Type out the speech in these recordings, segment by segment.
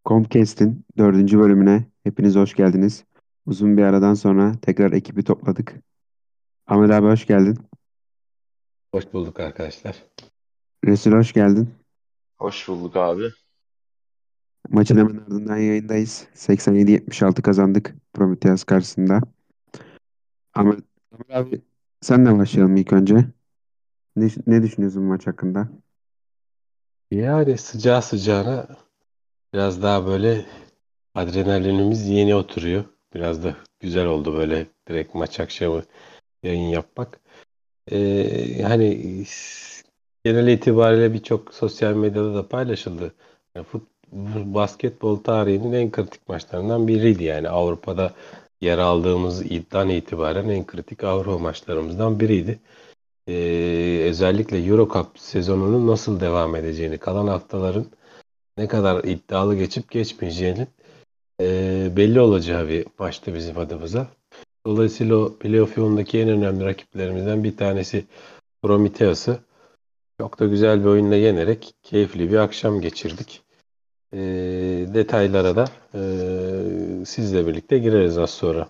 Comcast'in dördüncü bölümüne hepiniz hoş geldiniz. Uzun bir aradan sonra tekrar ekibi topladık. Ahmet abi hoş geldin. Hoş bulduk arkadaşlar. Resul hoş geldin. Hoş bulduk abi. Maçın hemen ardından yayındayız. 87-76 kazandık Prometheus karşısında. Ahmet abi senle başlayalım ilk önce. Ne düşünüyorsun bu maç hakkında? Yani sıcağı sıcağına biraz daha böyle adrenalinimiz yeni oturuyor. Biraz da güzel oldu böyle direkt maç akşamı yayın yapmak. Hani genel itibariyle birçok sosyal medyada da paylaşıldı. Yani basketbol tarihinin en kritik maçlarından biriydi. Yani Avrupa'da yer aldığımız iddian itibaren en kritik Avrupa maçlarımızdan biriydi. Özellikle Euro Cup sezonunun nasıl devam edeceğini, kalan haftaların ne kadar iddialı geçip geçmeyeceğinin belli olacağı bir maçtı bizim adımıza. Dolayısıyla o playoff yolundaki en önemli rakiplerimizden bir tanesi Prometheus'ı çok da güzel bir oyunla yenerek keyifli bir akşam geçirdik. Detaylara da sizle birlikte gireriz az sonra.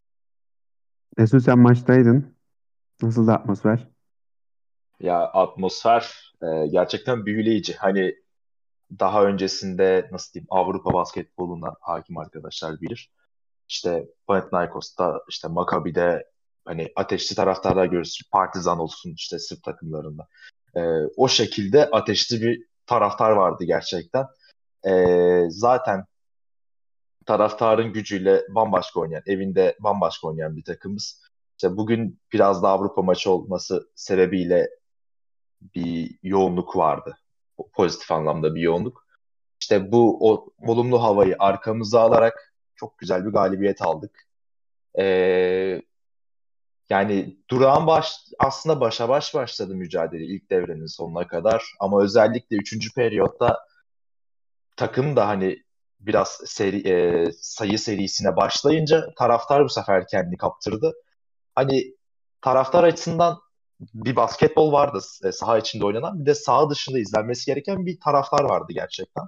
Resul sen maçtaydın. Nasıl da atmosfer? Ya atmosfer gerçekten büyüleyici. Hani daha öncesinde nasıl diyeyim Avrupa basketboluna hakim arkadaşlar bilir. İşte Panathinaikos'ta, işte Maccabi'de hani ateşli taraftarlar görürüz. Partizan olsun işte Sırp takımlarında. E, O şekilde ateşli bir taraftar vardı gerçekten. Zaten taraftarın gücüyle bambaşka oynayan, evinde bambaşka oynayan bir takımız. İşte bugün biraz da Avrupa maçı olması sebebiyle bir yoğunluk vardı. Pozitif anlamda bir yoğunluk. İşte bu o olumlu havayı arkamıza alarak çok güzel bir galibiyet aldık. Ee, Yani durağan aslında başa baş başladı mücadele ilk devrenin sonuna kadar. Ama özellikle üçüncü periyotta takım da hani biraz sayı serisine başlayınca taraftar bu sefer kendini kaptırdı. Hani taraftar açısından bir basketbol vardı saha içinde oynanan. Bir de saha dışında izlenmesi gereken bir taraftar vardı gerçekten.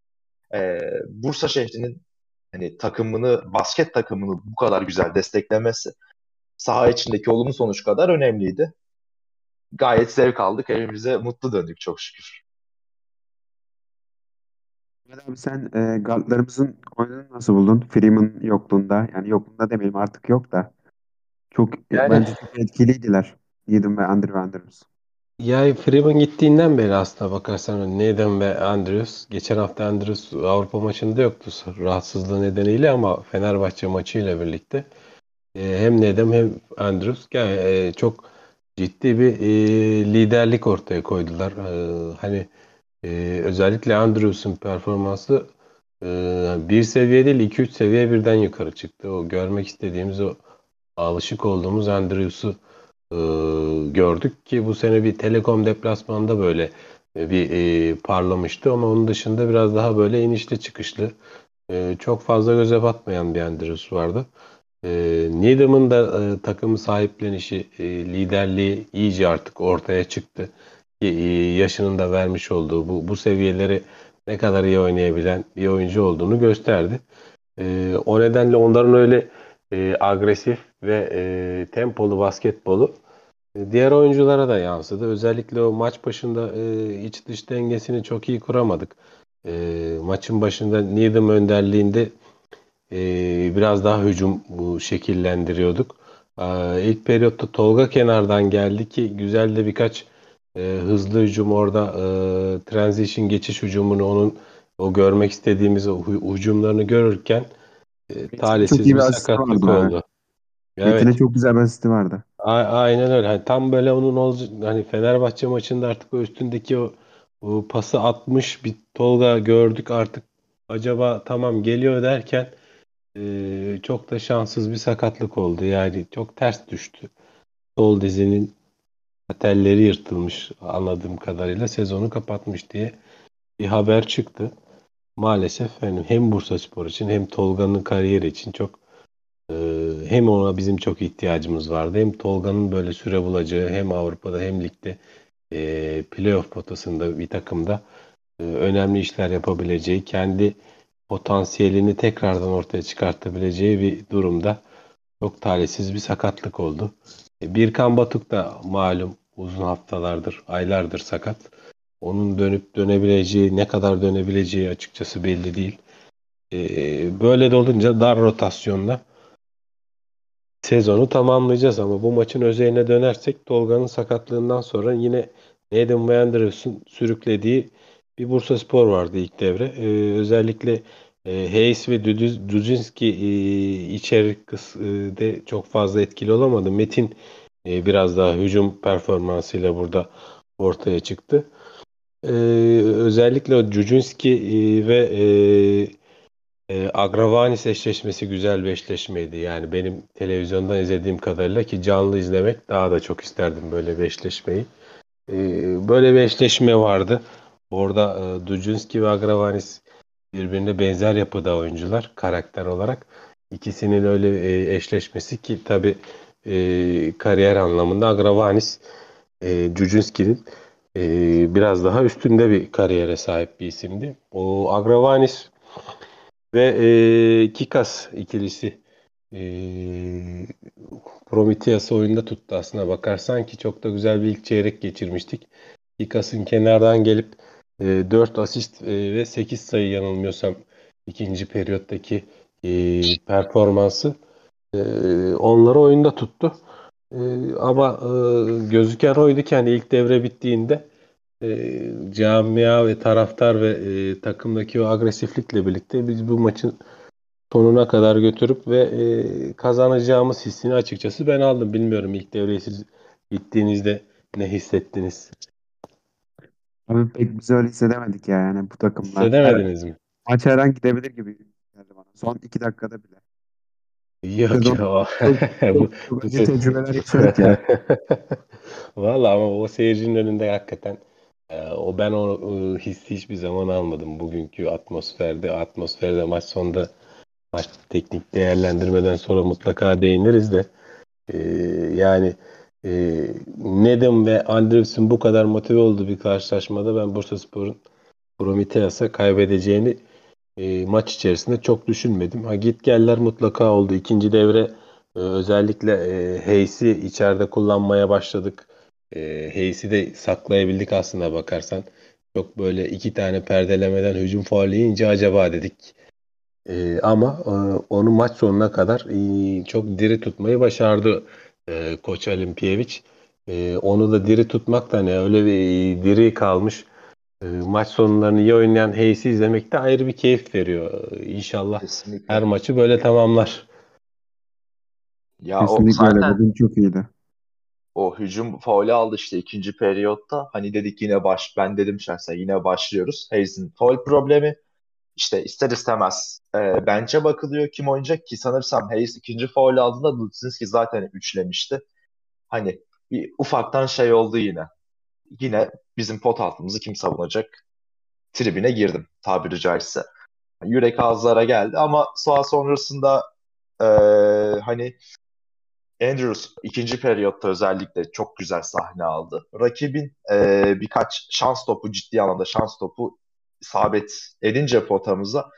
Bursa şehrinin hani basket takımını bu kadar güzel desteklemesi saha içindeki olumlu sonuç kadar önemliydi. Gayet zevk aldık. Evimize mutlu döndük çok şükür. Ahmet abi sen guardlarımızın oyununu nasıl buldun? Freeman yokluğunda. Yani yokluğunda demeyelim artık yok da. Çok Yani bence çok etkiliydiler. Needham ve Andrews. ya Freeman gittiğinden beri aslına bakarsan Needham ve Andrews. Geçen hafta Andrews Avrupa maçında yoktu rahatsızlığı nedeniyle ama Fenerbahçe maçıyla birlikte hem Needham hem Andrews çok ciddi bir liderlik ortaya koydular. Hani özellikle Andrews'un performansı bir seviye değil 2-3 seviye birden yukarı çıktı. O görmek istediğimiz o alışık olduğumuz Andrews'u e, gördük ki bu sene bir Telekom deplasmanında böyle bir parlamıştı ama onun dışında biraz daha böyle inişli çıkışlı çok fazla göze batmayan bir Andrews vardı. Needham'ın da takımı sahiplenişi, liderliği iyice artık ortaya çıktı. Yaşının da vermiş olduğu bu seviyeleri ne kadar iyi oynayabilen bir oyuncu olduğunu gösterdi. O nedenle onların öyle agresif ve tempolu basketbolu diğer oyunculara da yansıdı. Özellikle o maç başında iç dış dengesini çok iyi kuramadık. Maçın başında Needham önderliğinde biraz daha hücum şekillendiriyorduk. İlk periyotta Tolga kenardan geldi ki güzel de birkaç hızlı hücum orada transition geçiş hücumunu onun o görmek istediğimiz o hücumlarını görürken Metin'in çok talihsiz iyi bir bir asisti sakatlık vardı abi. oldu. Metin'e Evet. çok güzel bir asisti vardı. Aynen öyle. Hani tam böyle onun hani Fenerbahçe maçında artık o üstündeki o pası atmış bir Tolga gördük artık acaba tamam geliyor derken çok da şanssız bir sakatlık oldu. Yani çok ters düştü. Sol dizinin telleri yırtılmış anladığım kadarıyla sezonu kapatmış diye bir haber çıktı. Maalesef yani hem Bursaspor için hem Tolga'nın kariyeri için çok hem ona bizim çok ihtiyacımız vardı. Hem Tolga'nın böyle süre bulacağı hem Avrupa'da hem ligde playoff potasında bir takımda önemli işler yapabileceği kendi potansiyelini tekrardan ortaya çıkartabileceği bir durumda. Çok talihsiz bir sakatlık oldu. Birkan Batuk da malum uzun haftalardır, aylardır sakat. Onun dönüp dönebileceği, ne kadar dönebileceği açıkçası belli değil. Böyle de olunca dar rotasyonla sezonu tamamlayacağız ama bu maçın özeline dönersek Tolga'nın sakatlığından sonra yine Nathan Van Anders'ın sürüklediği bir Bursaspor vardı ilk devre. Özellikle Hayes ve Dudzinski içerik de çok fazla etkili olamadı. Metin biraz daha hücum performansıyla burada ortaya çıktı. Özellikle o Dudzinski ve Agravanis eşleşmesi güzel bir eşleşmeydi. Yani benim televizyondan izlediğim kadarıyla ki canlı izlemek daha da çok isterdim böyle bir eşleşmeyi. Böyle bir eşleşme vardı. Orada Dujinski ve Agravanis birbirine benzer yapıda oyuncular karakter olarak. İkisinin öyle eşleşmesi ki tabii kariyer anlamında Agravanis Dujinski'nin biraz daha üstünde bir kariyere sahip bir isimdi. O Agravanis ve Kikas ikilisi e, Prometheus'ı oyunda tuttu aslına bakarsan ki çok da güzel bir ilk çeyrek geçirmiştik. Kikas'ın kenardan gelip 4 asist ve 8 sayı yanılmıyorsam ikinci periyottaki performansı e, onları oyunda tuttu. Ama gözüken oydu ki hani ilk devre bittiğinde camia ve taraftar ve takımdaki o agresiflikle birlikte biz bu maçın sonuna kadar götürüp ve kazanacağımız hissini açıkçası ben aldım. Bilmiyorum ilk devreyi siz bittiğinizde ne hissettiniz? Abi pek biz öyle hissedemedik ya, yani bu takımla. Hissedemediniz mi? Maç her an gidebilir gibi geldi bana. Son 2 dakikada bile. Yok Sezon ya. çok, Bu, çok bu acı ses. tecrübeler yaşadık ya. Vallahi ama o seyircinin önünde hakikaten ben o hissi hiçbir zaman almadım. Bugünkü atmosferde maç sonunda maç teknik değerlendirmeden sonra mutlaka değiniriz de e, yani e, Nedim ve Andrews'un bu kadar motive olduğu bir karşılaşmada ben Bursaspor'un Prometheus'a kaybedeceğini maç içerisinde çok düşünmedim. Ha, git geller mutlaka oldu. İkinci devre özellikle Hayes'i içeride kullanmaya başladık. Hayes'i de saklayabildik aslında bakarsan. Çok böyle iki tane perdelemeden hücum faulü yiyince acaba dedik. Ama onu maç sonuna kadar çok diri tutmayı başardı Koç Alimpiyeviç. Onu da diri tutmak da ne öyle bir diri kalmış. Maç sonlarını iyi oynayan Hayes'i izlemek de ayrı bir keyif veriyor. İnşallah her Kesinlikle. maçı böyle tamamlar. Ya o Kesinlikle öyle. zaten Bugün çok iyiydi. o hücum faulü aldı işte ikinci periyotta. Hani dedik yine ben dedim şahsen yine başlıyoruz. Hayes'in faul problemi. İşte ister istemez bench'e bakılıyor kim oynayacak ki sanırsam Hayes ikinci faul aldığında Lutzinski zaten üçlemişti. Hani bir ufaktan şey oldu yine. Yine bizim pot altımızı kim savunacak? Tribüne girdim tabiri caizse. Yürek ağızlara geldi ama sonrasında e, hani Andrews ikinci periyotta özellikle çok güzel sahne aldı. Rakibin birkaç şans topu ciddi anlamda şans topu isabet edince potamıza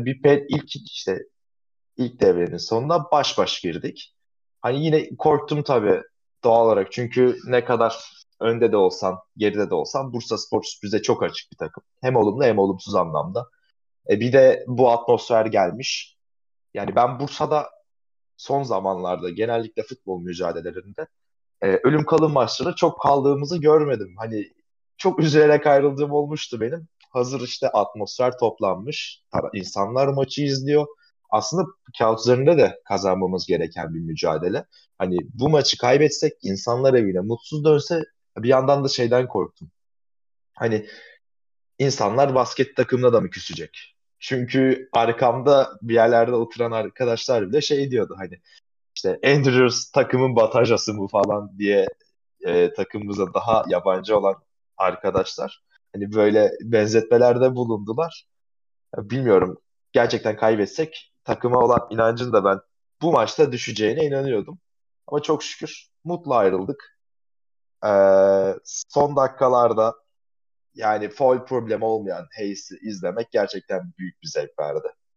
ilk devrenin sonunda baş baş girdik. Hani yine korktum tabii doğal olarak çünkü ne kadar önde de olsan geride de olsan Bursaspor sürprize çok açık bir takım. Hem olumlu hem olumsuz anlamda. Bir de bu atmosfer gelmiş. Yani ben Bursa'da son zamanlarda genellikle futbol mücadelelerinde ölüm kalım maçları çok kaldığımızı görmedim. Hani çok üzülerek ayrıldığım olmuştu benim. Hazır işte atmosfer toplanmış. İnsanlar maçı izliyor. Aslında kağıt üzerinde de kazanmamız gereken bir mücadele. Hani bu maçı kaybetsek insanlar evine mutsuz dönse bir yandan da şeyden korktum. Hani insanlar basket takımına da mı küsecek? Çünkü arkamda bir yerlerde oturan arkadaşlar bile şey diyordu hani işte Andrews takımın batajası mı falan diye takımımıza daha yabancı olan arkadaşlar hani böyle benzetmelerde bulundular. Ya bilmiyorum gerçekten kaybetsek takıma olan inancın da ben bu maçta düşeceğine inanıyordum. Ama çok şükür mutlu ayrıldık. Son dakikalarda yani foul problemi olmayan Hayes'i izlemek gerçekten büyük bir zevk verdi.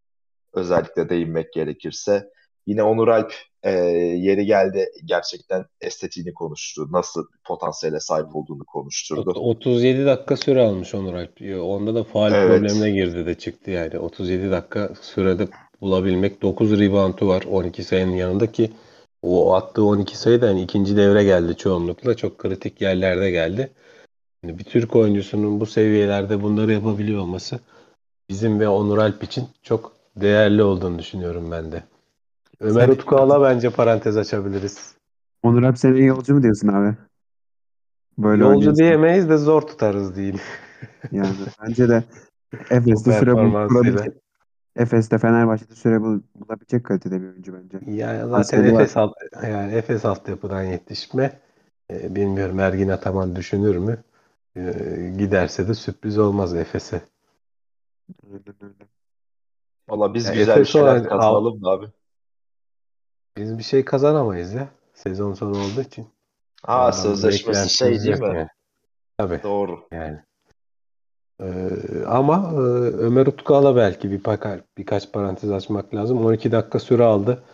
özellikle değinmek gerekirse. Yine Onur Alp yeri geldi gerçekten estetiğini konuştu. Nasıl potansiyele sahip olduğunu konuşturdu. 37 dakika süre almış Onur Alp. Onda da faul problemine Evet. girdi de çıktı yani. 37 dakika sürede bulabilmek. 9 reboundu var 12 sayının yanında ki o attığı 12 sayı da yani ikinci devre geldi çoğunlukla. Çok kritik yerlerde geldi. Yani bir Türk oyuncusunun bu seviyelerde bunları yapabiliyor olması bizim ve Onur Alp için çok değerli olduğunu düşünüyorum ben de. Ömer Sen Utku'la bence parantez açabiliriz. Onur Alp seneye yolcu mu diyorsun abi? Böyle Yolcu oynuyorsun. diyemeyiz de zor tutarız diyeyim. Yani bence de Bu Efes'te performansıyla. Efes'te Fenerbahçe'de bulabilecek kalitede bir oyuncu bence. Yani zaten Potansiyeli var. Efes altyapıdan yetişme. Bilmiyorum Ergin Ataman düşünür mü? Giderse de sürpriz olmaz Efes'e. Aynen öyle. Valla biz Ya güzel bir Efes şeyler olarak kazanalım da abi. biz bir şey kazanamayız ya. Sezon sonu olduğu için. Ha, Ondan da sözleşmesi şey beklentimiz değil yok mi? yani. Tabii. Doğru. Yani. Ama Ömer Utkal'a belki birkaç parantez açmak lazım. 12 dakika süre aldı.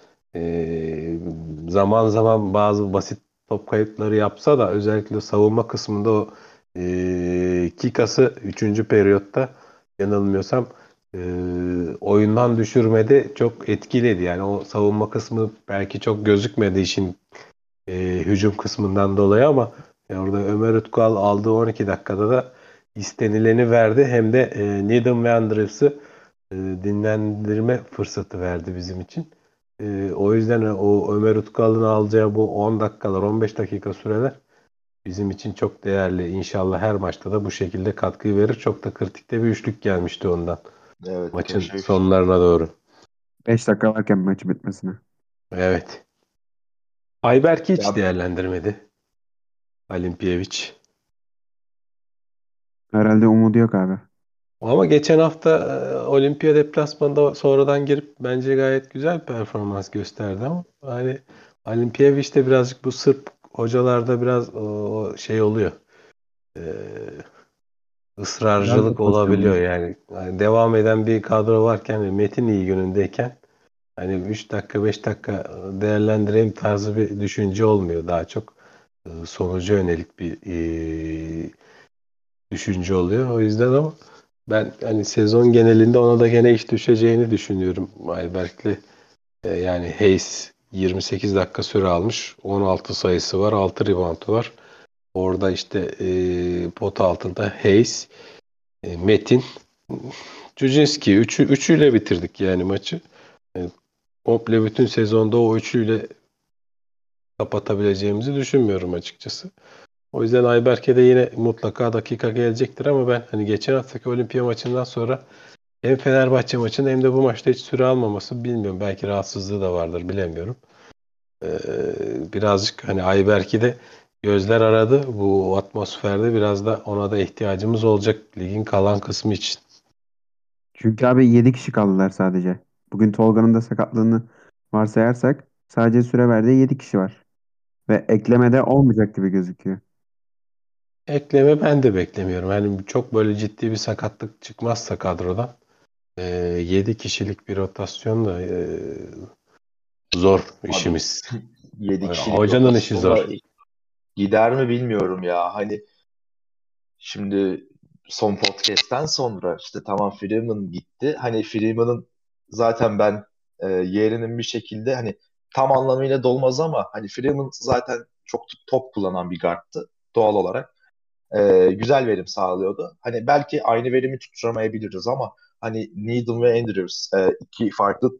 Zaman zaman bazı basit top kayıpları yapsa da özellikle savunma kısmında o Kikas'ı 3. periyotta yanılmıyorsam e, oyundan düşürmedi. Çok etkiledi. Yani o savunma kısmı belki çok gözükmedi işin hücum kısmından dolayı ama orada Ömer Utkal aldığı 12 dakikada da istenileni verdi. Hem de Needham ve Andrews'ı dinlendirme fırsatı verdi bizim için. O yüzden o Ömer Utkal'ın alacağı bu 10 dakikalar, 15 dakika süreler bizim için çok değerli. İnşallah her maçta da bu şekilde katkıyı verir. Çok da kritikte bir üçlük gelmişti ondan. Evet, Maçın köşe üçlü. sonlarına doğru. 5 dakika varken maçı bitmesine. Evet. Ayberk'i hiç Ya değerlendirmedi. Alimpiyeviç. Herhalde umudu yok abi. Ama geçen hafta Olimpiya deplasmanında sonradan girip bence gayet güzel bir performans gösterdi ama hani Olimpiyaviç de birazcık bu Sırp hocalarda biraz o şey oluyor. E, Biraz ısrarcılık rotasyon olabiliyor oluyor. yani. Yani devam eden bir kadro varken ve Metin iyi günündeyken hani 3 dakika 5 dakika değerlendireyim tarzı bir düşünce olmuyor. Daha çok sonuca yönelik bir düşünce oluyor. O yüzden ama ben hani sezon genelinde ona da gene iş düşeceğini düşünüyorum Ayberk'le. Yani Hayes 28 dakika süre almış. 16 sayısı var. 6 reboundu var. Orada işte pot altında Hayes, Metin, Cücinski üçüyle bitirdik yani maçı. E, Komple bütün sezonda o üçüyle kapatabileceğimizi düşünmüyorum açıkçası. O yüzden Ayberk'e de yine mutlaka dakika gelecektir ama ben hani geçen haftaki Olimpiya maçından sonra hem Fenerbahçe maçında hem de bu maçta hiç süre almaması bilmiyorum. Belki rahatsızlığı da vardır bilemiyorum. Birazcık hani Ayberk'i de gözler aradı. Bu atmosferde biraz da ona da ihtiyacımız olacak ligin kalan kısmı için. Çünkü abi 7 kişi kaldılar sadece. Bugün Tolga'nın da sakatlığını varsayarsak sadece süre verdiği 7 kişi var. Ve eklemede olmayacak gibi gözüküyor. Ekleme ben de beklemiyorum. Yani çok böyle ciddi bir sakatlık çıkmazsa kadrodan 7 kişilik bir rotasyon da zor abi, işimiz. 7 kişilik Hocanın işi rotasyona zor. gider mi bilmiyorum ya. Hani şimdi son podcast'ten sonra işte tamam Freeman gitti. Hani Freeman'ın zaten ben yerinin bir şekilde hani tam anlamıyla dolmaz ama hani Freeman zaten çok top kullanan bir guardtı doğal olarak. Güzel verim sağlıyordu. Hani belki aynı verimi tutturamayabiliriz ama hani Needham ve Andrews iki farklı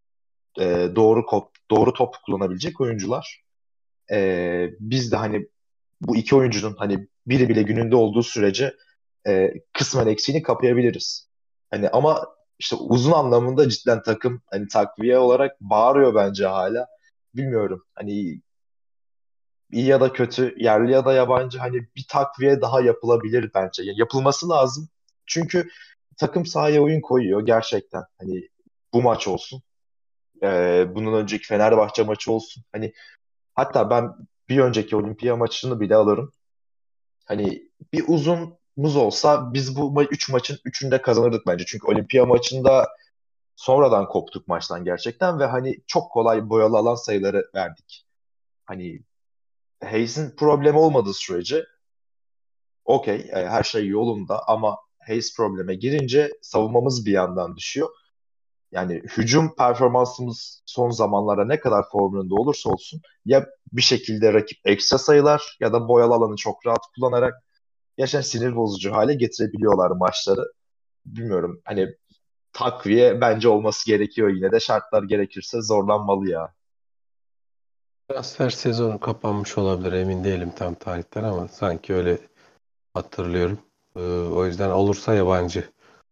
doğru top kullanabilecek oyuncular. Biz de hani bu iki oyuncunun hani biri bile gününde olduğu sürece kısmen eksiğini kapayabiliriz. Hani ama işte uzun anlamında cidden takım hani takviye olarak bağırıyor bence hala. Bilmiyorum. Hani iyi ya da kötü, yerli ya da yabancı hani bir takviye daha yapılabilir bence. Yani yapılması lazım. Çünkü takım sahaya oyun koyuyor gerçekten. Hani bu maç olsun. Bunun önceki Fenerbahçe maçı olsun. Hani hatta ben bir önceki Olimpiya maçını bile alırım. Hani bir uzunumuz olsa biz bu 3 maçın üçünde kazanırdık bence. Çünkü Olimpiya maçında sonradan koptuk maçtan gerçekten ve hani çok kolay boyalı alan sayıları verdik. Hani Hayes'in problemi olmadığı sürece okey, her şey yolunda ama Hayes probleme girince savunmamız bir yandan düşüyor. Yani hücum performansımız son zamanlarda ne kadar formunda olursa olsun ya bir şekilde rakip ekstra sayılar ya da boyalı alanı çok rahat kullanarak gerçekten sinir bozucu hale getirebiliyorlar maçları. Bilmiyorum, hani takviye bence olması gerekiyor, yine de şartlar gerekirse zorlanmalı ya. Transfer sezonu kapanmış olabilir, emin değilim tam tarihten ama sanki öyle hatırlıyorum. O yüzden olursa yabancı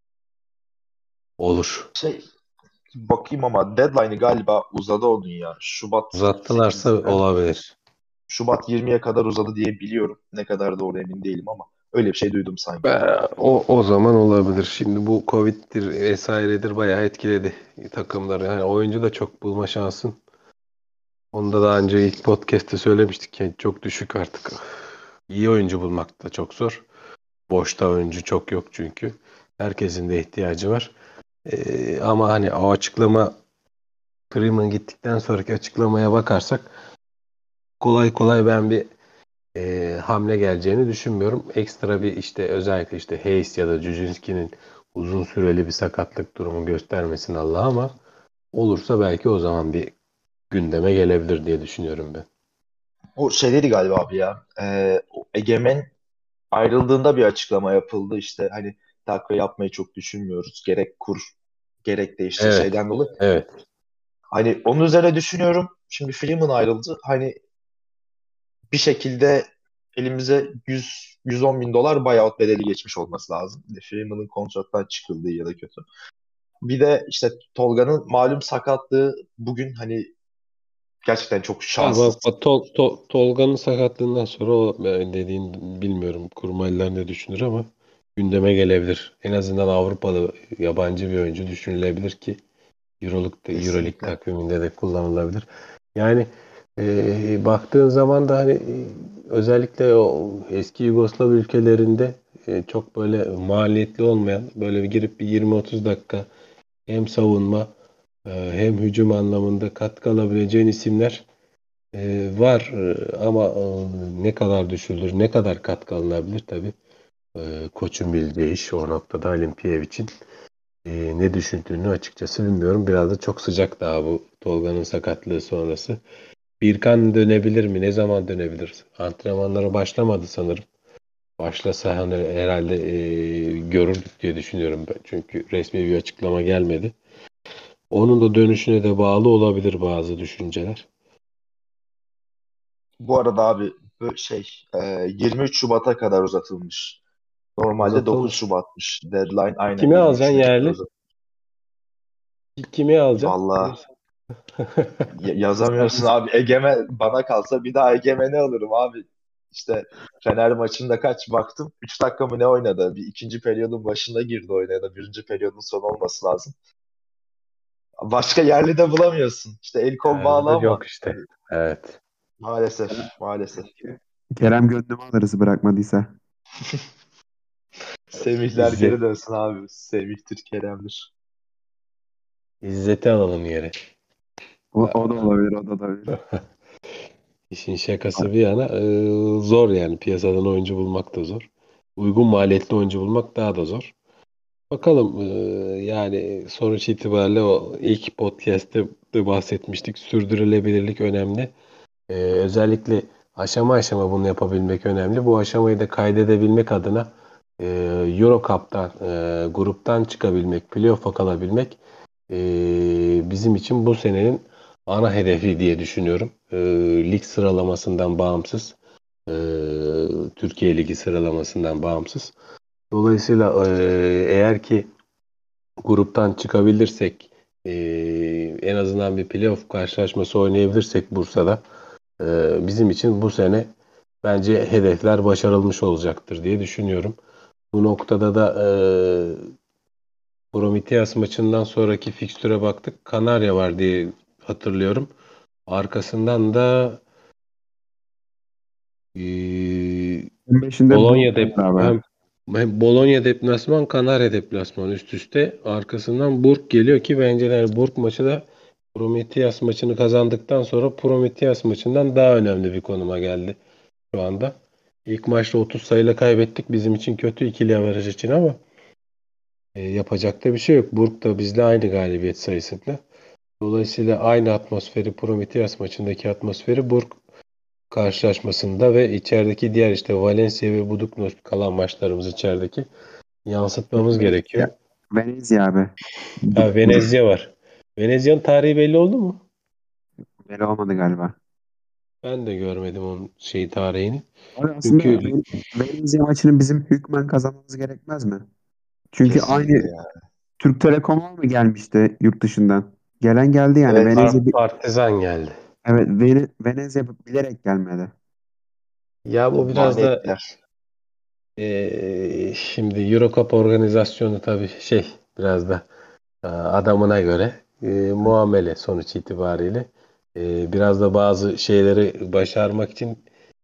olur. Şey, bakayım ama deadline'ı galiba uzadı onun ya. Şubat Uzattılarsa 8'den olabilir. Şubat 20'ye kadar uzadı diye biliyorum. Ne kadar doğru emin değilim ama öyle bir şey duydum sanki. O zaman olabilir. Şimdi bu Covid'dir vesairedir bayağı etkiledi takımları. Yani oyuncu da çok bulma şansın. Onda daha önce ilk podcast'te söylemiştik yani çok düşük artık. İyi oyuncu bulmak da çok zor. Boşta oyuncu çok yok çünkü. Herkesin de ihtiyacı var. Ama hani o açıklama, Freeman gittikten sonraki açıklamaya bakarsak kolay kolay ben bir hamle geleceğini düşünmüyorum. Ekstra bir işte özellikle işte Hayes ya da Cücünski'nin uzun süreli bir sakatlık durumu göstermesin Allah, ama olursa belki o zaman bir gündeme gelebilir diye düşünüyorum ben. O şeydeydi galiba abi ya. O Egemen ayrıldığında bir açıklama yapıldı. İşte hani takviye yapmayı çok düşünmüyoruz. Gerek kur gerek de işte Evet. şeyden dolayı. Evet. Hani onun üzerine düşünüyorum. Şimdi Freeman ayrıldı. Hani bir şekilde elimize 110 bin dolar buyout bedeli geçmiş olması lazım. Bir de Freeman'ın kontrattan çıkıldığı ya da kötü. Bir de işte Tolga'nın malum sakatlığı bugün hani gerçekten çok Ha, şanssız. bak Tolga'nın sakatlığından sonra o dediğin, bilmiyorum kurmaylılar ne düşünür ama gündeme gelebilir. En azından Avrupalı yabancı bir oyuncu düşünülebilir ki Euroleague Kesinlikle. takviminde de kullanılabilir. Yani baktığın zaman da hani özellikle o eski Yugoslav ülkelerinde çok böyle maliyetli olmayan, böyle bir girip bir 20-30 dakika hem savunma hem hücum anlamında katkı alabileceğin isimler var. Ama ne kadar düşülür, ne kadar katkı alınabilir tabii. Koçun bildiği iş o noktada Olimpiyevic'in ne düşündüğünü açıkçası bilmiyorum. Biraz da çok sıcak daha bu Tolga'nın sakatlığı sonrası. Birkan dönebilir mi? Ne zaman dönebilir? Antrenmanlara başlamadı sanırım. Başlasa hani herhalde görürdük diye düşünüyorum ben. Çünkü resmi bir açıklama gelmedi. Onun da dönüşüne de bağlı olabilir bazı düşünceler. Bu arada abi bu şey 23 Şubat'a kadar uzatılmış. Normalde 9 Uzatılmış. Şubat'mış. Deadline aynen Kimi alacaksın 23'üne kadar yerli? uzatılmış. Kimi alacaksın? Valla Sen yazamıyorsun abi. Egemen bana kalsa bir daha Egemen'i alırım abi. İşte Fener maçında kaç baktım? 3 dakika mı ne oynadı? Bir ikinci periyodun başında girdi oyuna ya da birinci periyodun sonu olması lazım. Başka yerli de bulamıyorsun. İşte el kol yerli bağlı de ama yok işte. hani Evet. maalesef maalesef. Kerem gönlümü alırız bırakmadıysa. Semihler geri İzzet, dönsün abi. Semih Türk Kerem'dir. İzzet'i alalım yere. O da olabilir, o da olabilir. İşin şakası bir yana zor yani. Piyasadan oyuncu bulmak da zor. Uygun maliyetli oyuncu bulmak daha da zor. Bakalım yani sonuç itibariyle o ilk podcast'te de bahsetmiştik. Sürdürülebilirlik önemli. Özellikle aşama aşama bunu yapabilmek önemli. Bu aşamayı da kaydedebilmek adına e, Euro gruptan çıkabilmek, playoff'a kalabilmek bizim için bu senenin ana hedefi diye düşünüyorum. Lig sıralamasından bağımsız, e, Türkiye Ligi sıralamasından bağımsız. Dolayısıyla eğer ki gruptan çıkabilirsek, e, en azından bir playoff karşılaşması oynayabilirsek Bursa'da, bizim için bu sene bence hedefler başarılmış olacaktır diye düşünüyorum. Bu noktada da Prometheus maçından sonraki fikstüre baktık. Kanarya var diye hatırlıyorum. Arkasından da e, 15'inde Bologna Bursa var hem abi. Hem Bologna deplasman, Kanarya deplasman üst üste. Arkasından Burg geliyor ki bence yani Burg maçı da Prometheus maçını kazandıktan sonra Prometheus maçından daha önemli bir konuma geldi şu anda. İlk maçta 30 sayıyla kaybettik. Bizim için kötü, ikili averaj için, ama yapacak da bir şey yok. Burg da bizle aynı galibiyet sayısında. Dolayısıyla aynı atmosferi, Prometheus maçındaki atmosferi Burg karşılaşmasında ve içerideki diğer işte Valencia ve Buduknos, kalan maçlarımız içerideki yansıtmamız gerekiyor. Venezia. Venezia abi. Ha, Venezia var. Venezia'nın tarihi belli oldu mu? Böyle olmadı galiba. Ben de görmedim onun tarihini. Abi aslında Çünkü Venezia maçını bizim hükmen kazanmamız gerekmez mi? Çünkü Kesinlikle aynı ya. Türk Telekom'a mı gelmişti yurt dışından? Gelen geldi yani. Evet. Partizan geldi. Evet, Venezia bilerek gelmedi. Ya bu biraz Bahane da ettiler. şimdi Eurocup organizasyonu tabii biraz da adamına göre muamele sonuç itibariyle. Biraz da bazı şeyleri başarmak için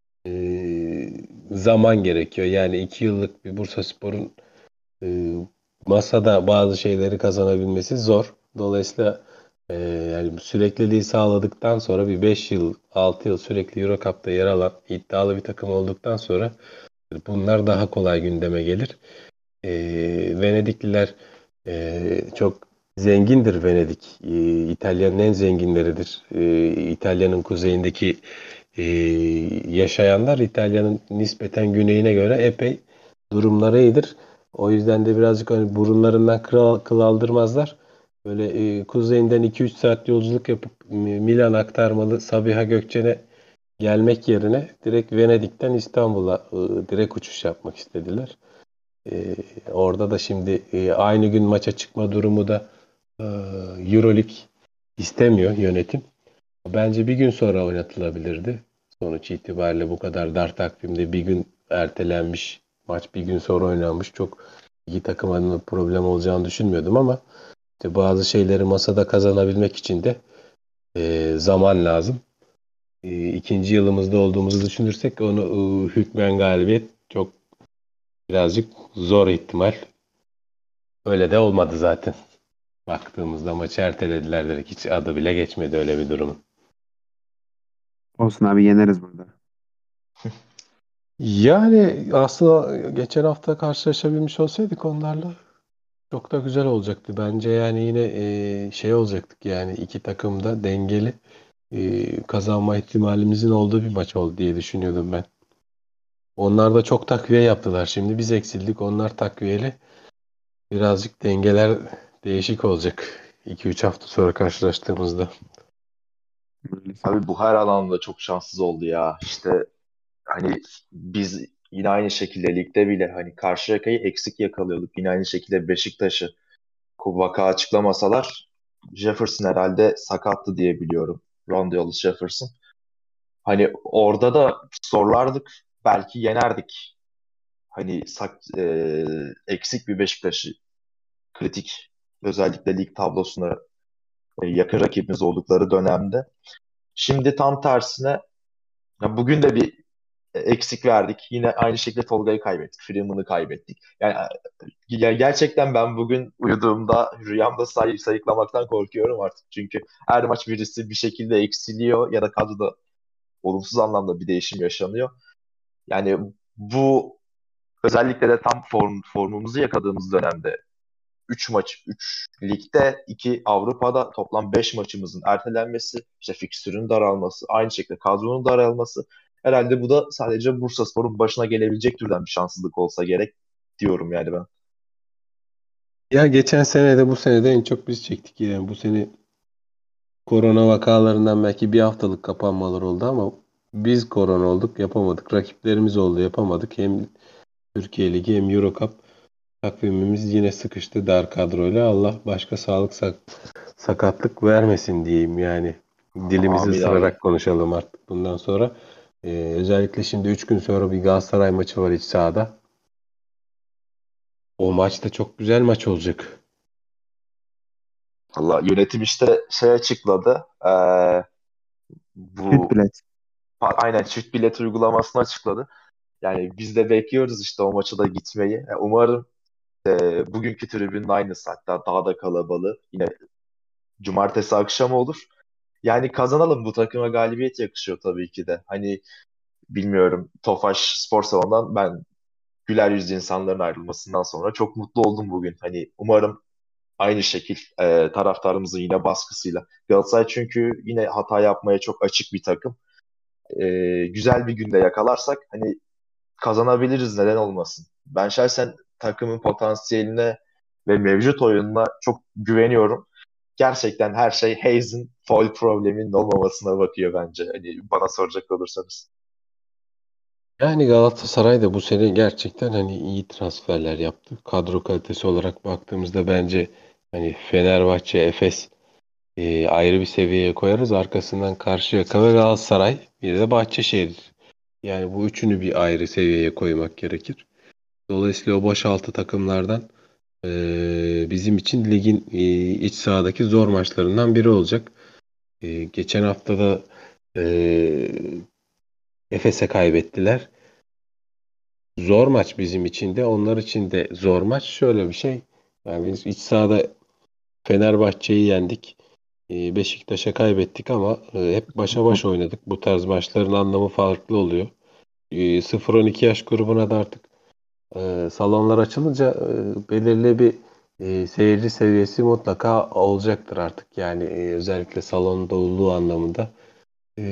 zaman gerekiyor. Yani 2 yıllık bir Bursaspor'un e, masada bazı şeyleri kazanabilmesi zor. Dolayısıyla yani sürekliliği sağladıktan sonra bir 5 yıl, 6 yıl sürekli Eurocup'ta yer alan iddialı bir takım olduktan sonra bunlar daha kolay gündeme gelir. Venedikliler çok zengindir Venedik. İtalya'nın en zenginleridir. İtalya'nın kuzeyindeki e, yaşayanlar İtalya'nın nispeten güneyine göre epey durumları iyidir. O yüzden de birazcık hani burunlarından kıl aldırmazlar. Böyle kuzeyinden 2-3 saat yolculuk yapıp Milan aktarmalı Sabiha Gökçen'e gelmek yerine direkt Venedik'ten İstanbul'a direkt uçuş yapmak istediler. E, Orada da şimdi aynı gün maça çıkma durumu da e, Euroleague istemiyor yönetim. Bence bir gün sonra oynatılabilirdi. Sonuç itibariyle bu kadar dar takvimde bir gün ertelenmiş, maç bir gün sonra oynanmış. Çok iyi takım adına problem olacağını düşünmüyordum, ama işte bazı şeyleri masada kazanabilmek için de zaman lazım. İkinci yılımızda olduğumuzu düşünürsek onu hükmen galibiyet çok birazcık zor ihtimal. Öyle de olmadı zaten. Baktığımızda maçı ertelediler dedik. Hiç adı bile geçmedi öyle bir durumun. Olsun abi, yeneriz burada. Yani aslında geçen hafta karşılaşabilmiş olsaydık onlarla çok da güzel olacaktı. Bence yani yine olacaktık, yani iki takım da dengeli kazanma ihtimalimizin olduğu bir maç oldu diye düşünüyordum ben. Onlar da çok takviye yaptılar. Şimdi biz eksildik. Onlar takviyeli. Birazcık dengeler değişik olacak 2-3 hafta sonra karşılaştığımızda. Maalesef. Abi bu her alanda çok şanssız oldu ya. İşte hani biz yine aynı şekilde ligde bile hani Karşıyaka'yı eksik yakalıyorduk. Yine aynı şekilde Beşiktaş'ı vaka açıklamasalar Jefferson herhalde sakattı diye biliyorum. Rondeau Jefferson. Hani orada da zorlardık. Belki yenerdik. Hani eksik bir Beşiktaş'ı kritik, özellikle lig tablosuna yakın rakibimiz oldukları dönemde. Şimdi tam tersine ya bugün de bir eksik verdik. Yine aynı şekilde Tolga'yı kaybettik. Freeman'ı kaybettik. Yani gerçekten ben bugün uyuduğumda rüyamda sayıklamaktan korkuyorum artık. Çünkü her maç birisi bir şekilde eksiliyor ya da kadroda olumsuz anlamda bir değişim yaşanıyor. Yani bu özellikle de tam formumuzu yakaladığımız dönemde 3 maç, 3 ligde, 2 Avrupa'da toplam 5 maçımızın ertelenmesi, işte fikstürün daralması, aynı şekilde kadronun daralması. Herhalde bu da sadece Bursaspor'un başına gelebilecek türden bir şanssızlık olsa gerek diyorum yani ben. Ya geçen sene de bu sene de en çok biz çektik yani. Bu sene korona vakalarından belki bir haftalık kapanmalar oldu, ama biz korona olduk, yapamadık. Rakiplerimiz oldu, yapamadık. Hem Türkiye Ligi hem Eurocup takvimimiz yine sıkıştı dar kadroyla. Allah başka sakatlık vermesin diyeyim yani. Dilimizi Amin abi. ısırarak konuşalım artık bundan sonra. Özellikle şimdi 3 gün sonra bir Galatasaray maçı var iç sahada. O maç da çok güzel maç olacak. Allah yönetim işte şey açıkladı. Süt Bu bilet. aynen çift bilet uygulamasını açıkladı. Yani biz de bekliyoruz işte o maça da gitmeyi. Umarım bugünkü tribünün aynısı, hatta daha da kalabalığı. Yine cumartesi akşamı olur. Yani kazanalım, bu takıma galibiyet yakışıyor tabii ki de. Hani bilmiyorum, Tofaş Spor Salonu'ndan ben güler yüzlü insanların ayrılmasından sonra çok mutlu oldum bugün. Hani umarım aynı şekil taraftarımızın yine baskısıyla. Galatasaray çünkü yine hata yapmaya çok açık bir takım. Güzel bir günde yakalarsak hani kazanabiliriz, neden olmasın. Ben şahsen takımın potansiyeline ve mevcut oyununa çok güveniyorum. Gerçekten her şey Hayes'in foul probleminin olmamasına bakıyor bence. Hani bana soracak olursanız. Yani Galatasaray da bu sene gerçekten hani iyi transferler yaptı. Kadro kalitesi olarak baktığımızda bence hani Fenerbahçe, Efes ayrı bir seviyeye koyarız. Arkasından Karşıyaka ve Galatasaray, bir de Bahçeşehir. Yani bu üçünü bir ayrı seviyeye koymak gerekir. Dolayısıyla o boş altı takımlardan bizim için ligin iç sahadaki zor maçlarından biri olacak. Geçen haftada e, Efes'e kaybettiler. Zor maç bizim için de, onlar için de zor maç. Şöyle bir şey. Yani biz iç sahada Fenerbahçe'yi yendik. Beşiktaş'a kaybettik ama hep başa baş oynadık. Bu tarz maçların anlamı farklı oluyor. 0-12 yaş grubuna da artık salonlar açılınca belirli bir seyirci seviyesi mutlaka olacaktır artık. Yani özellikle salon doluluğu anlamında. E,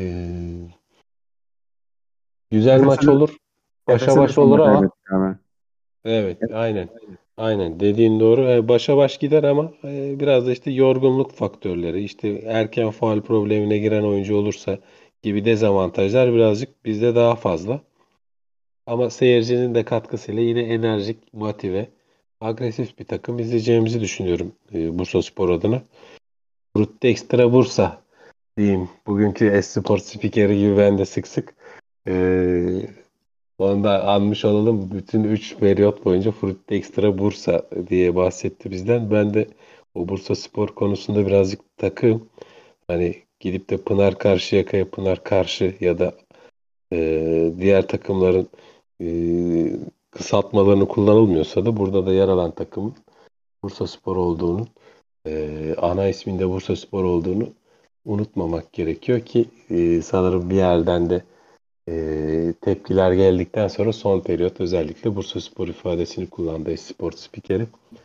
Güzel maç Efes'e olur. Başa Efes'e de baş olur sonunda ama kaybettik abi. evet, aynen. Aynen dediğin doğru. Başa baş gider ama biraz da işte yorgunluk faktörleri, işte erken faul problemine giren oyuncu olursa gibi dezavantajlar birazcık bizde daha fazla. Ama seyircinin de katkısıyla yine enerjik, motive, agresif bir takım izleyeceğimizi düşünüyorum Bursaspor adına. Brut Extra Bursa diyeyim. Bugünkü Espor spikeri gibi ben de sık sık e, onu da anmış olalım. Bütün 3 periyot boyunca Frutti Extra Bursa diye bahsetti bizden. Ben de o Bursa Spor konusunda birazcık takığım. Hani gidip de Pınar Karşıyaka'ya Pınar Karşı ya da diğer takımların e, kısaltmalarını kullanılmıyorsa da burada da yer alan takımın Bursa Spor olduğunu, ana isminde Bursa Spor olduğunu unutmamak gerekiyor ki sanırım bir yerden de tepkiler geldikten sonra son periyot özellikle Bursaspor ifadesini kullandı spor spikeri.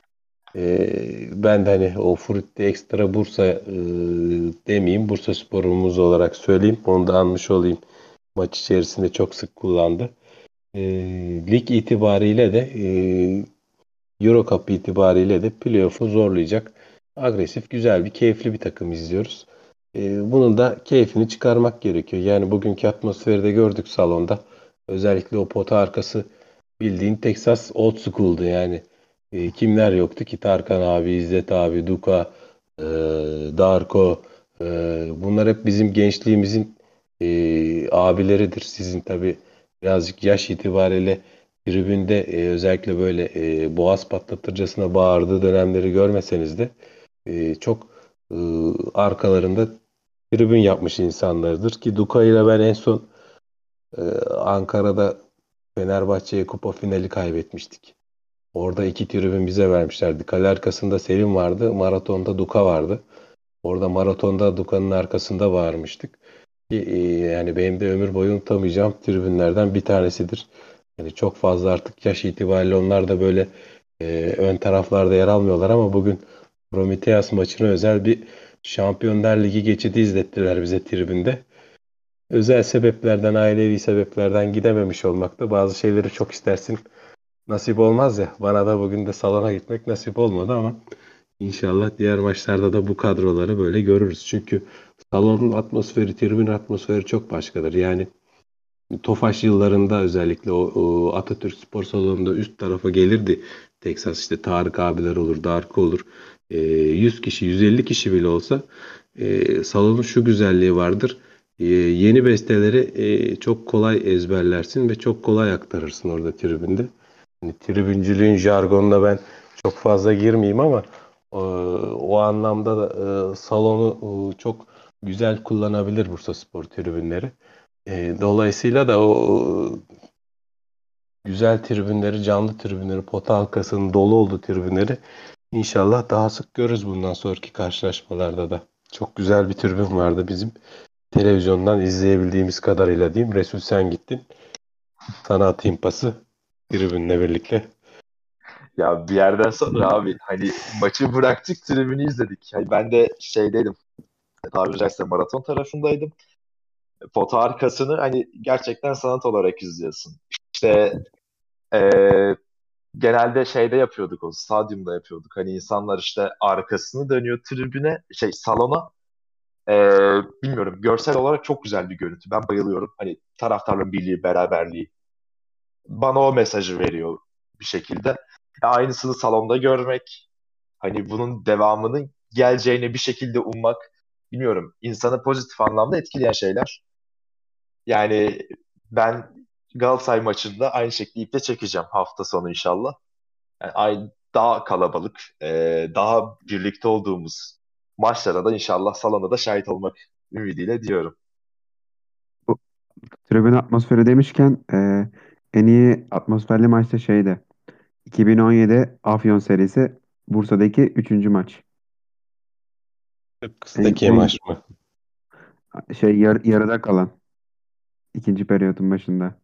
Ben de hani o Frutti Extra Bursa demeyeyim, Bursaspor'umuz olarak söyleyeyim. Onu da anmış olayım. Maç içerisinde çok sık kullandı. E, Lig itibariyle de Euro Cup itibariyle de playoff'u zorlayacak agresif, güzel bir, keyifli bir takım izliyoruz. Bunun da keyfini çıkarmak gerekiyor. Yani bugünkü atmosferi de gördük salonda. Özellikle o pota arkası bildiğin Texas Old School'du yani. Kimler yoktu ki? Tarkan abi, İzzet abi, Duka, e, Darko. Bunlar hep bizim gençliğimizin abileridir. Sizin tabii birazcık yaş itibariyle tribünde özellikle böyle boğaz patlatırcasına bağırdığı dönemleri görmeseniz de çok e, arkalarında tribün yapmış insanlardır ki Duka ile ben en son Ankara'da Fenerbahçe'ye kupa finali kaybetmiştik. Orada iki tribün bize vermişlerdi. Kale arkasında Selim vardı, maratonda Duka vardı. Orada maratonda Duka'nın arkasında bağırmıştık. Ki, yani benim de ömür boyu unutamayacağım tribünlerden bir tanesidir. Yani çok fazla artık yaş itibariyle onlar da böyle ön taraflarda yer almıyorlar ama bugün Prometheus maçına özel bir Şampiyonlar Ligi geçidi izlettiler bize tribünde. Özel sebeplerden, ailevi sebeplerden gidememiş olmakta. Bazı şeyleri çok istersin, nasip olmaz ya. Bana da bugün de salona gitmek nasip olmadı ama İnşallah diğer maçlarda da bu kadroları böyle görürüz. Çünkü salonun atmosferi, tribün atmosferi çok başkadır. Yani Tofaş yıllarında özellikle o Atatürk Spor Salonu'nda üst tarafa gelirdi. Texas işte Tarık abiler olur, Darko olur. 100 kişi, 150 kişi bile olsa salonun şu güzelliği vardır. Yeni besteleri çok kolay ezberlersin ve çok kolay aktarırsın orada tribünde. Hani tribüncülüğün jargonuna ben çok fazla girmeyeyim ama o anlamda da salonu çok güzel kullanabilir Bursaspor tribünleri. Dolayısıyla da o güzel tribünleri, canlı tribünleri, pota halkasının dolu olduğu tribünleri İnşallah daha sık görürüz bundan sonraki karşılaşmalarda da. Çok güzel bir tribün vardı bizim. Televizyondan izleyebildiğimiz kadarıyla diyeyim. Resul sen gittin. Sana atayım pası. Tribünle birlikte. Ya bir yerden sonra abi hani maçı bıraktık, tribünü izledik. Yani ben de şeydeydim, tabiri caizse maraton tarafındaydım. Foto arkasını hani gerçekten sanat olarak izliyorsun. İşte eee, genelde şeyde yapıyorduk, o stadyumda yapıyorduk. Hani insanlar işte arkasını dönüyor tribüne, salona. Bilmiyorum, görsel olarak çok güzel bir görüntü. Ben bayılıyorum. Hani taraftarların birliği, beraberliği. Bana o mesajı veriyor bir şekilde. Aynısını salonda görmek, hani bunun devamının geleceğini bir şekilde ummak, bilmiyorum, insanı pozitif anlamda etkileyen şeyler. Yani ben Galatasaray maçında aynı şekilde iple çekeceğim hafta sonu inşallah. Yani daha kalabalık, daha birlikte olduğumuz maçlara da inşallah salonda da şahit olmak ümidiyle diyorum. Bu tribün atmosferi demişken en iyi atmosferli maç da şeydi. 2017 Afyon serisi Bursa'daki üçüncü maç. En, Kıstaki en maç mı? yarıda kalan ikinci periyodun başında.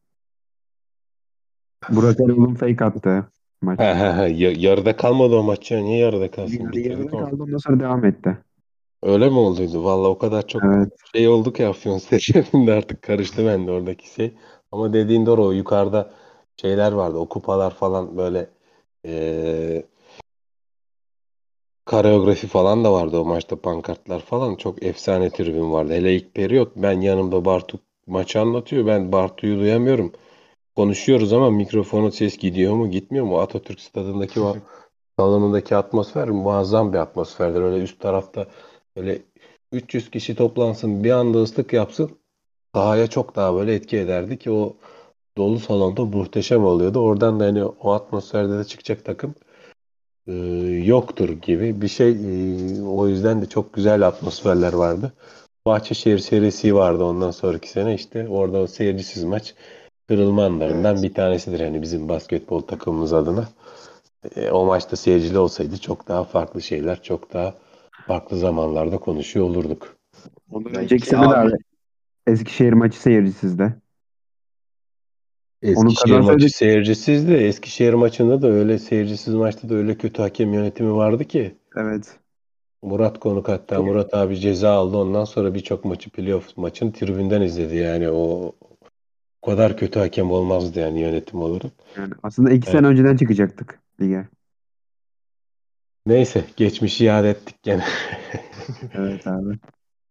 Burak Erol'un fake attığı He maç. he he. Yarıda kalmadı o maç ya. Niye yarıda kalsın? Bitirdi Yarıda o. kaldı, ondan sonra devam etti. Öyle mi olduydu? Vallahi o kadar çok Evet. şey oldu ki Afyon seçiminde artık karıştı bende oradaki şey. Ama dediğin doğru, o yukarıda şeyler vardı. O kupalar falan böyle eee koreografi falan da vardı o maçta, pankartlar falan. Çok efsane tribün vardı. Hele ilk periyot, ben yanımda Bartu maçı anlatıyor. Ben Bartu'yu duyamıyorum. Konuşuyoruz ama mikrofonu ses gidiyor mu gitmiyor mu? Atatürk Stadı'ndaki o salonundaki atmosfer muazzam bir atmosferdir. Öyle üst tarafta öyle 300 kişi toplansın, bir anda ıslık yapsın, sahaya çok daha böyle etki ederdi ki o dolu salonda muhteşem oluyordu. Oradan da hani o atmosferde de çıkacak takım e, yoktur gibi bir şey. O yüzden de çok güzel atmosferler vardı. Bahçeşehir serisi vardı ondan sonraki sene, işte orada o seyircisiz maç kırılma anlarından Evet. bir tanesidir hani bizim basketbol takımımız adına. O maçta seyircili olsaydı çok daha farklı şeyler, çok daha farklı zamanlarda konuşuyor olurduk. Ondan Ya önceki ki sene de abi abi, Eskişehir maçı seyircisizdi. Onu Eskişehir kazansaydık, maçı seyircisizdi. Eskişehir maçında da öyle seyircisiz maçta da öyle kötü hakem yönetimi vardı ki. evet. Murat Konuk, hatta Şey, Murat abi ceza aldı. Ondan sonra birçok maçı, playoff maçını tribünden izledi. Yani o kadar kötü hakem olmazdı yani yönetim olarak. yani aslında 2 sene Evet. önceden çıkacaktık lige. Neyse, geçmişi yad ettik gene. Evet abi.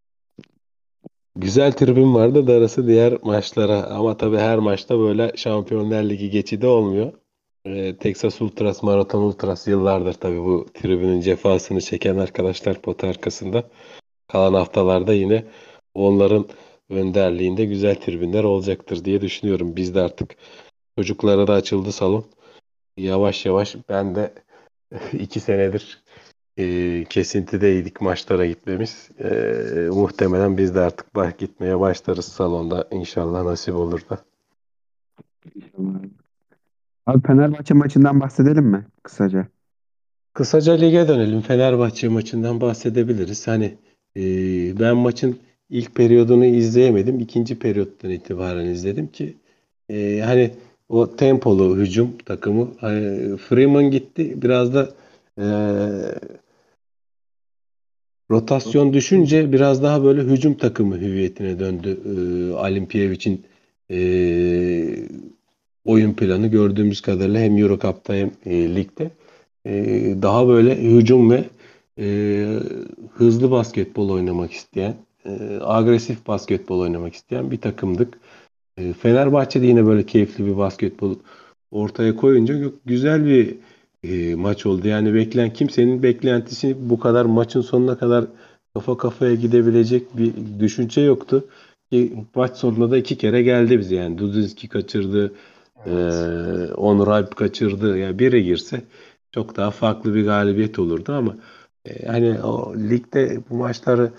Güzel tribün vardı, darısı diğer maçlara. Ama tabii her maçta böyle Şampiyonlar Ligi geçidi olmuyor. Texas Ultras, Marathon Ultras yıllardır tabii bu tribünün cefasını çeken arkadaşlar pota arkasında. Kalan haftalarda yine onların önderliğinde güzel tribünler olacaktır diye düşünüyorum. Biz de artık, çocuklara da açıldı salon. Yavaş yavaş ben de 2 senedir kesintideydik maçlara gitmemiz. Muhtemelen biz de artık gitmeye başlarız salonda, inşallah nasip olur da. İnşallah. Abi Fenerbahçe maçından bahsedelim mi kısaca? Kısaca lige dönelim. Fenerbahçe maçından bahsedebiliriz. Hani ben maçın ilk periyodunu izleyemedim. İkinci periyottan itibaren izledim ki hani o tempolu hücum takımı, hani Freeman gitti. Biraz da e, rotasyon düşünce biraz daha böyle hücum takımı hüviyetine döndü. Alimpiyevic'in e, oyun planı gördüğümüz kadarıyla hem Euro Cup'ta hem ligde daha böyle hücum ve e, hızlı basketbol oynamak isteyen, agresif basketbol oynamak isteyen bir takımdık. Fenerbahçe de yine böyle keyifli bir basketbol ortaya koyunca güzel bir maç oldu. Yani kimsenin beklentisi bu kadar maçın sonuna kadar kafa kafaya gidebilecek bir düşünce yoktu. Ki maç sonunda da 2 kere geldi bize yani. Duzinski kaçırdı, e, evet. Onur Alp kaçırdı. Yani biri girse çok daha farklı bir galibiyet olurdu ama hani o ligde bu maçları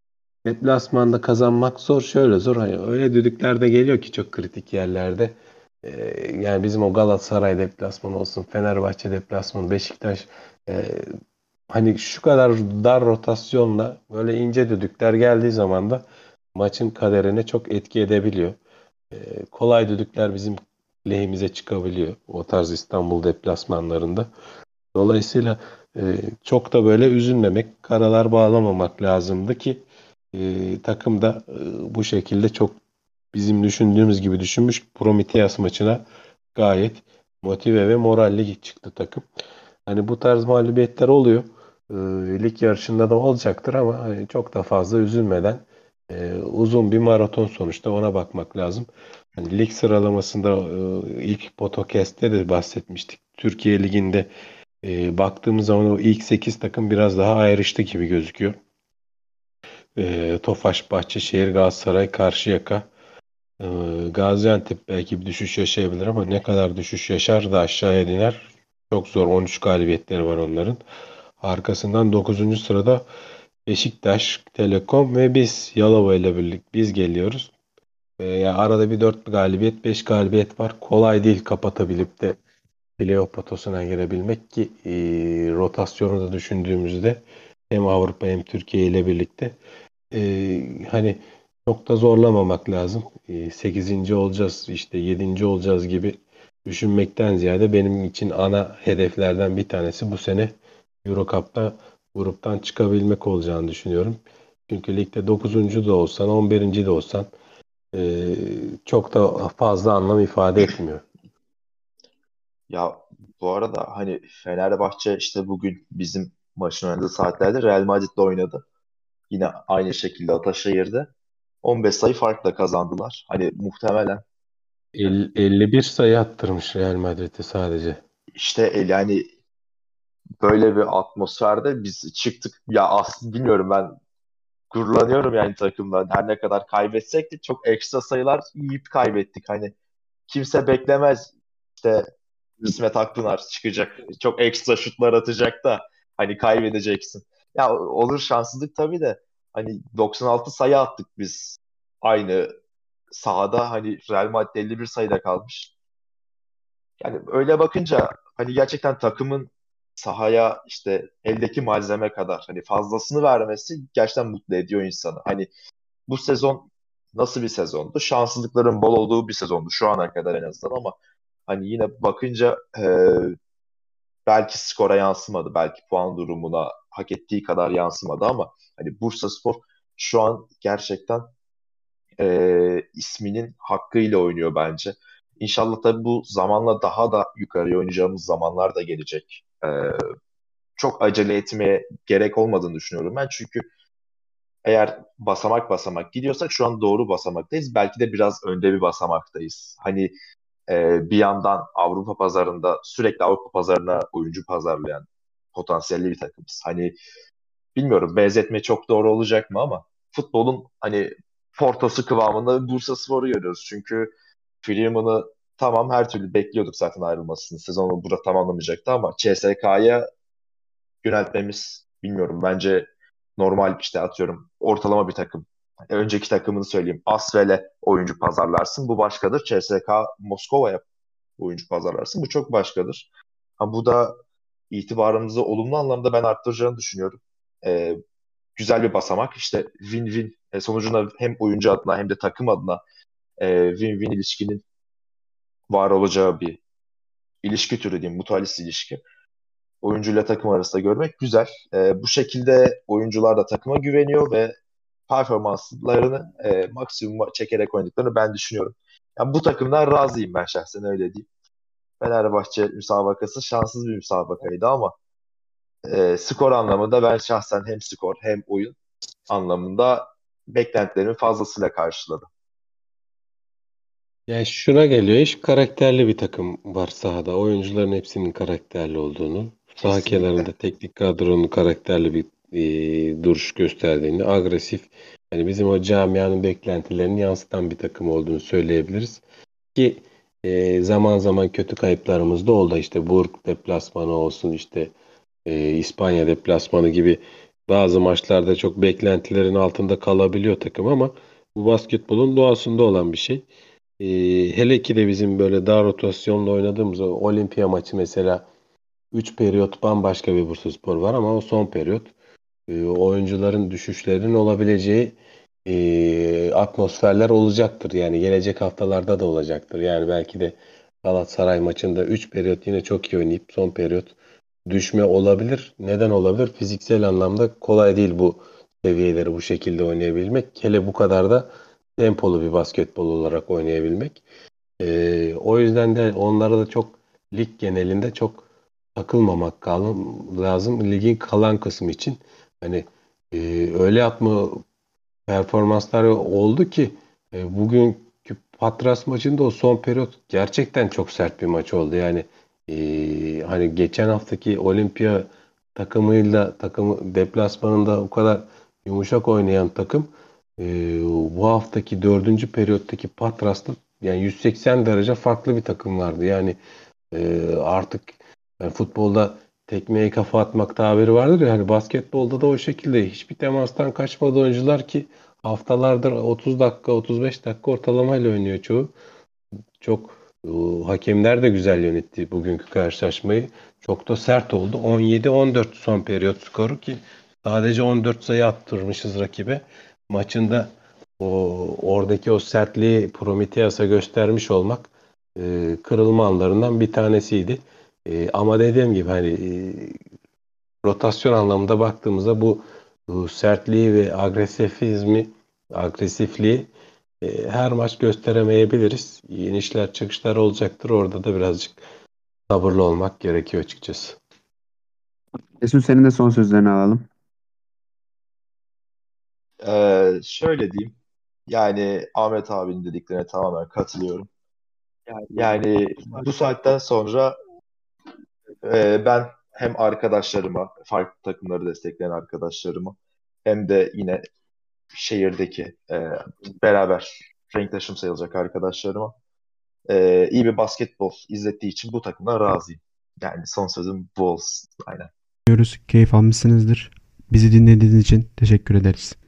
deplasmanda kazanmak zor. Şöyle zor. Hani öyle düdükler de geliyor ki çok kritik yerlerde. Yani bizim o Galatasaray deplasmanı olsun, Fenerbahçe deplasmanı, Beşiktaş, e, hani şu kadar dar rotasyonla böyle ince düdükler geldiği zaman da maçın kaderine çok etki edebiliyor. Kolay düdükler bizim lehimize çıkabiliyor o tarz İstanbul deplasmanlarında. Dolayısıyla çok da böyle üzülmemek, karalar bağlamamak lazımdı ki takım da bu şekilde çok bizim düşündüğümüz gibi düşünmüş. Prometheus maçına gayet motive ve moralli çıktı takım. Hani bu tarz mağlubiyetler oluyor. E, Lig yarışında da olacaktır ama hani çok da fazla üzülmeden uzun bir maraton sonuçta ona bakmak lazım. Hani lig sıralamasında ilk podcast'te de bahsetmiştik. Türkiye Ligi'nde baktığımız zaman o ilk 8 takım biraz daha ayrıştı gibi gözüküyor. Tofaş, Bahçeşehir, Galatasaray, Karşıyaka, e, Gaziantep belki bir düşüş yaşayabilir ama ne kadar düşüş yaşar da aşağıya iner çok zor. 13 galibiyetleri var onların. Arkasından 9. sırada Beşiktaş, Telekom ve biz Yalova ile birlikte biz geliyoruz. Ya arada bir 4 galibiyet, 5 galibiyet var. Kolay değil kapatabilip de playoff potasına girebilmek ki rotasyonu da düşündüğümüzde hem Avrupa hem Türkiye ile birlikte hani çok da zorlamamak lazım. 8. olacağız işte 7. olacağız gibi düşünmekten ziyade benim için ana hedeflerden bir tanesi bu sene Euro Cup'ta gruptan çıkabilmek olacağını düşünüyorum. Çünkü ligde 9. da olsan 11. de olsan çok da fazla anlam ifade etmiyor. Ya bu arada hani Fenerbahçe işte bugün bizim maçın oynadığı saatlerde Real Madrid'le oynadı. Yine aynı şekilde Ataşehir'de 15 sayı farkla kazandılar. Hani muhtemelen 51 sayı attırmış Real Madrid'e sadece. işte yani böyle bir atmosferde biz çıktık. Ya aslında bilmiyorum, ben gururlanıyorum yani takımdan. Her ne kadar kaybetsek de çok ekstra sayılar yiyip kaybettik. Hani kimse beklemez işte İsmet Akpınar çıkacak. Çok ekstra şutlar atacak da hani kaybedeceksin. Ya olur, şanssızlık tabii de hani 96 sayı attık biz aynı sahada, hani Real Madrid 51 sayıda kalmış. Yani öyle bakınca hani gerçekten takımın sahaya işte eldeki malzeme kadar hani fazlasını vermesi gerçekten mutlu ediyor insanı. Hani bu sezon nasıl bir sezondu? Şanssızlıkların bol olduğu bir sezondu şu ana kadar en azından, ama hani yine bakınca belki skora yansımadı, belki puan durumuna hak ettiği kadar yansımadı, ama hani Bursaspor şu an gerçekten isminin hakkıyla oynuyor bence. İnşallah tabii bu zamanla daha da yukarıya oynayacağımız zamanlar da gelecek. Çok acele etmeye gerek olmadığını düşünüyorum ben. Çünkü eğer basamak basamak gidiyorsak şu an doğru basamaktayız. Belki de biraz önde bir basamaktayız. Hani bir yandan Avrupa pazarında sürekli Avrupa pazarına oyuncu pazarlayan potansiyelli bir takımız. Hani bilmiyorum, benzetme çok doğru olacak mı, ama futbolun hani Porto'su kıvamında Bursaspor'u görüyoruz. Çünkü Freeman'ı tamam, her türlü bekliyorduk zaten ayrılmasını. Sezonu burada tamamlamayacaktı ama CSK'ya yöneltmemiz, bilmiyorum, bence normal, işte atıyorum ortalama bir takım. Önceki takımını söyleyeyim. Asvel'e oyuncu pazarlarsın. Bu başkadır. CSK Moskova'ya oyuncu pazarlarsın. Bu çok başkadır. Ha, bu da itibarımızı olumlu anlamda ben arttıracağını düşünüyorum. Ee, Güzel bir basamak. İşte win-win sonucunda hem oyuncu adına hem de takım adına win-win ilişkinin var olacağı bir ilişki türü diyeyim, mutualist ilişki. Oyuncuyla takım arasında görmek güzel. Bu şekilde oyuncular da takıma güveniyor ve performanslarını maksimuma çekerek oynadıklarını ben düşünüyorum. Yani bu takımdan razıyım ben şahsen, öyle diyeyim. Fenerbahçe müsabakası şanssız bir müsabakaydı ama skor anlamında ben şahsen hem skor hem oyun anlamında beklentilerimi fazlasıyla karşıladım. Yani şuna geliyor iş, karakterli bir takım var sahada. Oyuncuların hepsinin karakterli olduğunu, saha Kesinlikle. kenarında teknik kadronun karakterli bir duruş gösterdiğini, agresif, yani bizim o camianın beklentilerini yansıtan bir takım olduğunu söyleyebiliriz. Ki zaman zaman kötü kayıplarımız da oldu. İşte Burg deplasmanı olsun, işte İspanya deplasmanı gibi bazı maçlarda çok beklentilerin altında kalabiliyor takım ama bu basketbolun doğasında olan bir şey. Hele ki de bizim böyle dar rotasyonla oynadığımız o Olimpiya maçı mesela 3 periyot bambaşka bir Bursaspor var ama o son periyot oyuncuların düşüşlerinin olabileceği atmosferler olacaktır. Yani gelecek haftalarda da olacaktır. Yani belki de Galatasaray maçında 3 periyot yine çok iyi oynayıp son periyot düşme olabilir. Neden olabilir? Fiziksel anlamda kolay değil bu seviyeleri bu şekilde oynayabilmek. Hele bu kadar da tempolu bir basketbol olarak oynayabilmek. O yüzden de onlara da çok lig genelinde çok takılmamak lazım. Ligin kalan kısmı için hani öyle atma performanslar oldu ki bugünkü Patras maçında o son periyot gerçekten çok sert bir maç oldu. Yani hani geçen haftaki Olimpiya takımı deplasmanında o kadar yumuşak oynayan takım e, bu haftaki dördüncü periyottaki Patras'ta yani 180 derece farklı bir takım vardı. Yani artık yani futbolda tekmeye kafa atmak tabiri vardır ya hani basketbolda da o şekilde hiçbir temastan kaçmadı oyuncular ki haftalardır 30 dakika 35 dakika ortalamayla oynuyor çoğu. Çok hakemler de güzel yönetti bugünkü karşılaşmayı. Çok da sert oldu. 17-14 son periyot skoru ki sadece 14 sayı attırmışız rakibe. Maçında oradaki o sertliği Prometheus'a göstermiş olmak kırılma anlarından bir tanesiydi. Ama dediğim gibi hani rotasyon anlamında baktığımızda bu sertliği ve agresifliği her maç gösteremeyebiliriz. İnişler çıkışlar olacaktır. Orada da birazcık sabırlı olmak gerekiyor açıkçası. Mesut, senin de son sözlerini alalım. Şöyle diyeyim. Yani Ahmet abinin dediklerine tamamen katılıyorum. Yani bu saatten sonra ben hem arkadaşlarıma, farklı takımları destekleyen arkadaşlarıma hem de yine şehirdeki beraber renktaşım sayılacak arkadaşlarıma iyi bir basketbol izlettiği için bu takımdan razıyım. Yani son sözüm bu olsun. Aynen. Keyif almışsınızdır. Bizi dinlediğiniz için teşekkür ederiz.